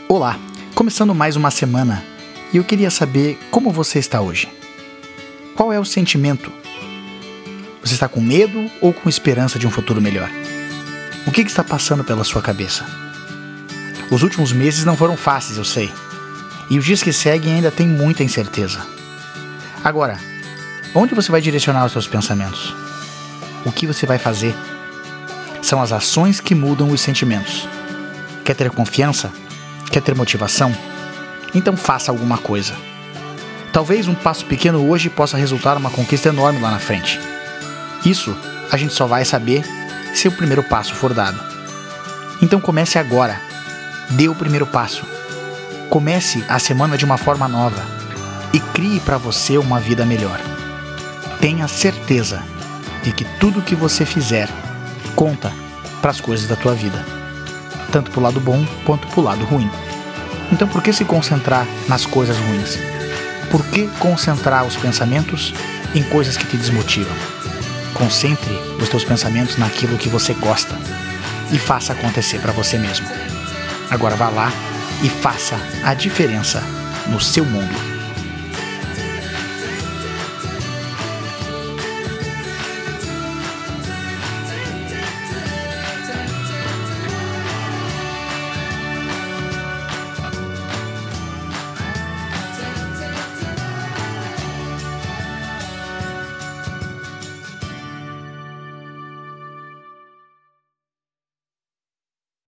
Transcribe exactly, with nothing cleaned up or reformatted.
Olá, começando mais uma semana e eu queria saber como você está hoje. Qual é o sentimento? Você está com medo ou com esperança de um futuro melhor? O que, que está passando pela sua cabeça? Os últimos meses não foram fáceis, eu sei. E os dias que seguem ainda tem muita incerteza. Agora, onde você vai direcionar os seus pensamentos? O que você vai fazer? São as ações que mudam os sentimentos. Quer ter confiança? Quer ter motivação? Então faça alguma coisa. Talvez um passo pequeno hoje possa resultar numa conquista enorme lá na frente. Isso a gente só vai saber se o primeiro passo for dado. Então comece agora. Dê o primeiro passo. Comece a semana de uma forma nova e crie para você uma vida melhor. Tenha certeza de que tudo que você fizer conta para as coisas da tua vida, tanto pro lado bom quanto pro lado ruim. Então por que se concentrar nas coisas ruins? Por que concentrar os pensamentos em coisas que te desmotivam? Concentre os teus pensamentos naquilo que você gosta e faça acontecer para você mesmo. Agora vá lá e faça a diferença no seu mundo.